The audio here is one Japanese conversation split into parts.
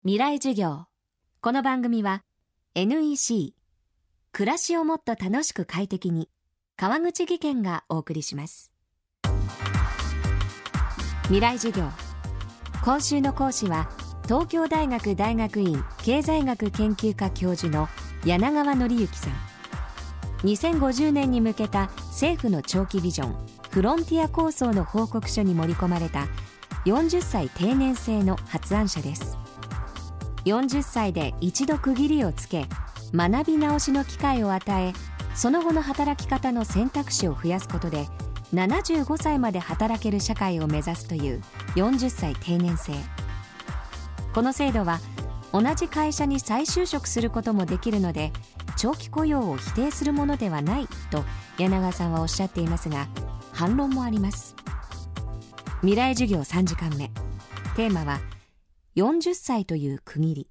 未来授業。この番組は NEC 暮らしをもっと楽しく快適に川口義賢がお送りします。未来授業。今週の講師は東京大学大学院経済学研究科教授の柳川紀之さん。2050年に向けた政府の長期ビジョンフロンティア構想の報告書に盛り込まれた40歳定年制の発案者です。40歳で一度区切りをつけ、学び直しの機会を与え、その後の働き方の選択肢を増やすことで75歳まで働ける社会を目指すという40歳定年制。この制度は同じ会社に再就職することもできるので、長期雇用を否定するものではないと柳川さんはおっしゃっていますが、反論もあります。未来授業3時間目。テーマは40歳という区切り。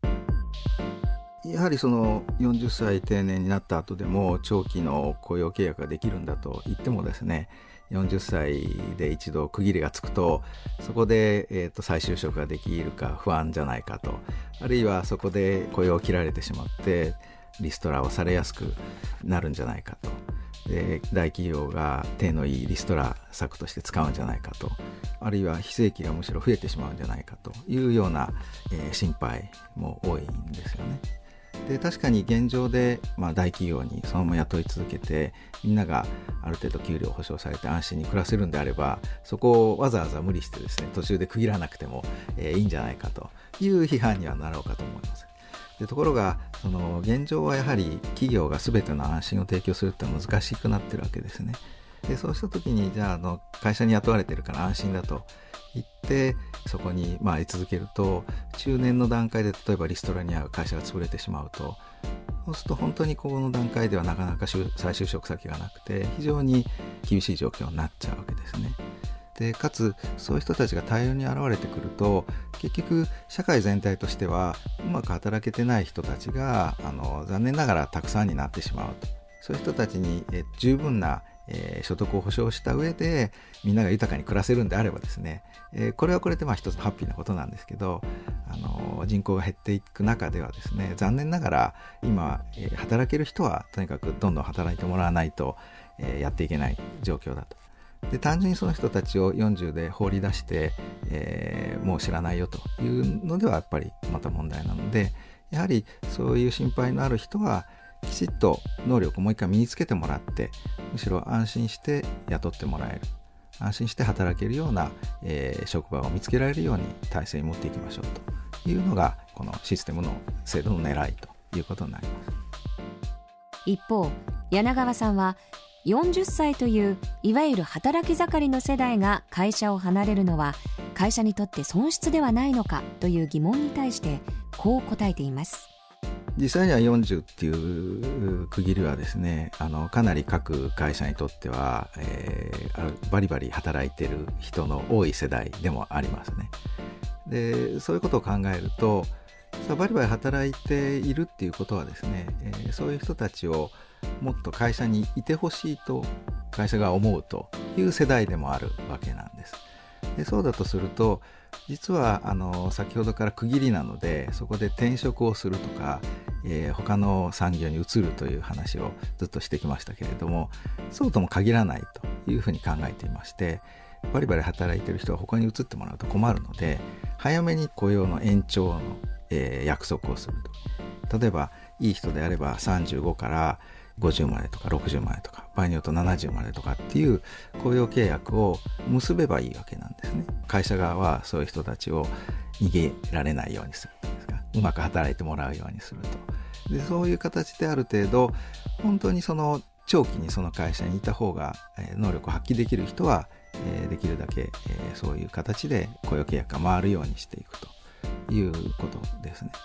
やはりその40歳定年になった後でも長期の雇用契約ができるんだと言ってもですね、40歳で一度区切りがつくと、そこで、再就職ができるか不安じゃないかと、あるいはそこで雇用を切られてしまってリストラをされやすくなるんじゃないかと、で大企業が手のいいリストラ策として使うんじゃないかと、あるいは非正規がむしろ増えてしまうんじゃないかというような、心配も多いんですよね。で確かに現状で、大企業にそのまま雇い続けて、みんながある程度給料保証されて安心に暮らせるんであれば、そこをわざわざ無理してですね、途中で区切らなくても、いいんじゃないかという批判にはなろうかと思います。でところがその現状はやはり企業が全ての安心を提供するって難しくなってるわけですね。でそうした時にじゃあ会社に雇われてるから安心だと言ってそこに居続けると、中年の段階で例えばリストラに遭う会社が潰れてしまうと、そうすると本当にこの段階ではなかなか再就職先がなくて非常に厳しい状況になっちゃうわけですね。でかつそういう人たちが大量に現れてくると、結局社会全体としてはうまく働けてない人たちが残念ながらたくさんになってしまうと。そういう人たちに十分な所得を保障した上でみんなが豊かに暮らせるんであればですね、これはこれで一つハッピーなことなんですけど、人口が減っていく中ではですね、残念ながら今、働ける人はとにかくどんどん働いてもらわないと、やっていけない状況だと。で単純にその人たちを40で放り出して、もう知らないよというのではやっぱりまた問題なので、やはりそういう心配のある人はきちっと能力をもう一回身につけてもらって、むしろ安心して雇ってもらえる、安心して働けるような、職場を見つけられるように体制に持っていきましょうというのがこのシステムの制度の狙いということになります。 一方、柳川さんは40歳といういわゆる働き盛りの世代が会社を離れるのは会社にとって損失ではないのかという疑問に対してこう答えています。 実際には40っていう区切りはですね、かなり各会社にとっては、バリバリ働いてる人の多い世代でもありますね。でそういうことを考えると、バリバリ働いているっていうことはですね、そういう人たちをもっと会社にいてほしいと会社が思うという世代でもあるわけなんです。でそうだとすると、実は先ほどから区切りなので、そこで転職をするとか、他の産業に移るという話をずっとしてきましたけれども、そうとも限らないというふうに考えていまして、バリバリ働いている人は他に移ってもらうと困るので、早めに雇用の延長の、約束をすると。例えばいい人であれば35から50までとか60までとか、場合によると70までとかっていう雇用契約を結べばいいわけなんですね。会社側はそういう人たちを逃げられないようにするとですか、うまく働いてもらうようにすると。でそういう形である程度本当にその長期にその会社にいた方が能力を発揮できる人はできるだけそういう形で雇用契約が回るようにしていくということですね。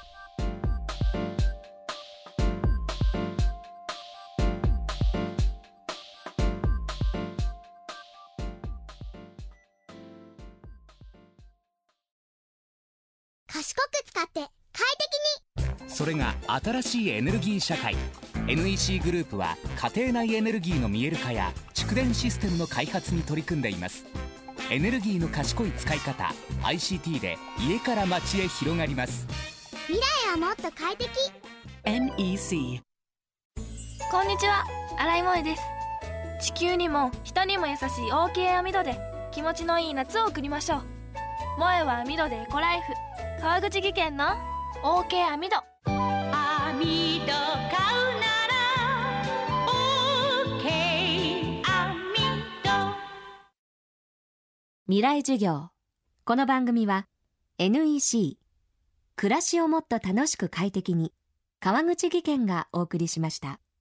賢く使って快適に。 それが新しいエネルギー社会。 NEC グループは家庭内エネルギーの見える化や蓄電システムの開発に取り組んでいます。 エネルギーの賢い使い方 ICT で家から街へ広がります。 未来はもっと快適。 NEC。 こんにちは、新井萌です。地球にも人にも優しい OK 網戸で気持ちのいい夏を送りましょう。萌は網戸でエコライフ、川口技研の OK 網戸。 網戸買うなら OK 網戸。 未来授業。この番組は NEC 暮らしをもっと楽しく快適に川口技研がお送りしました。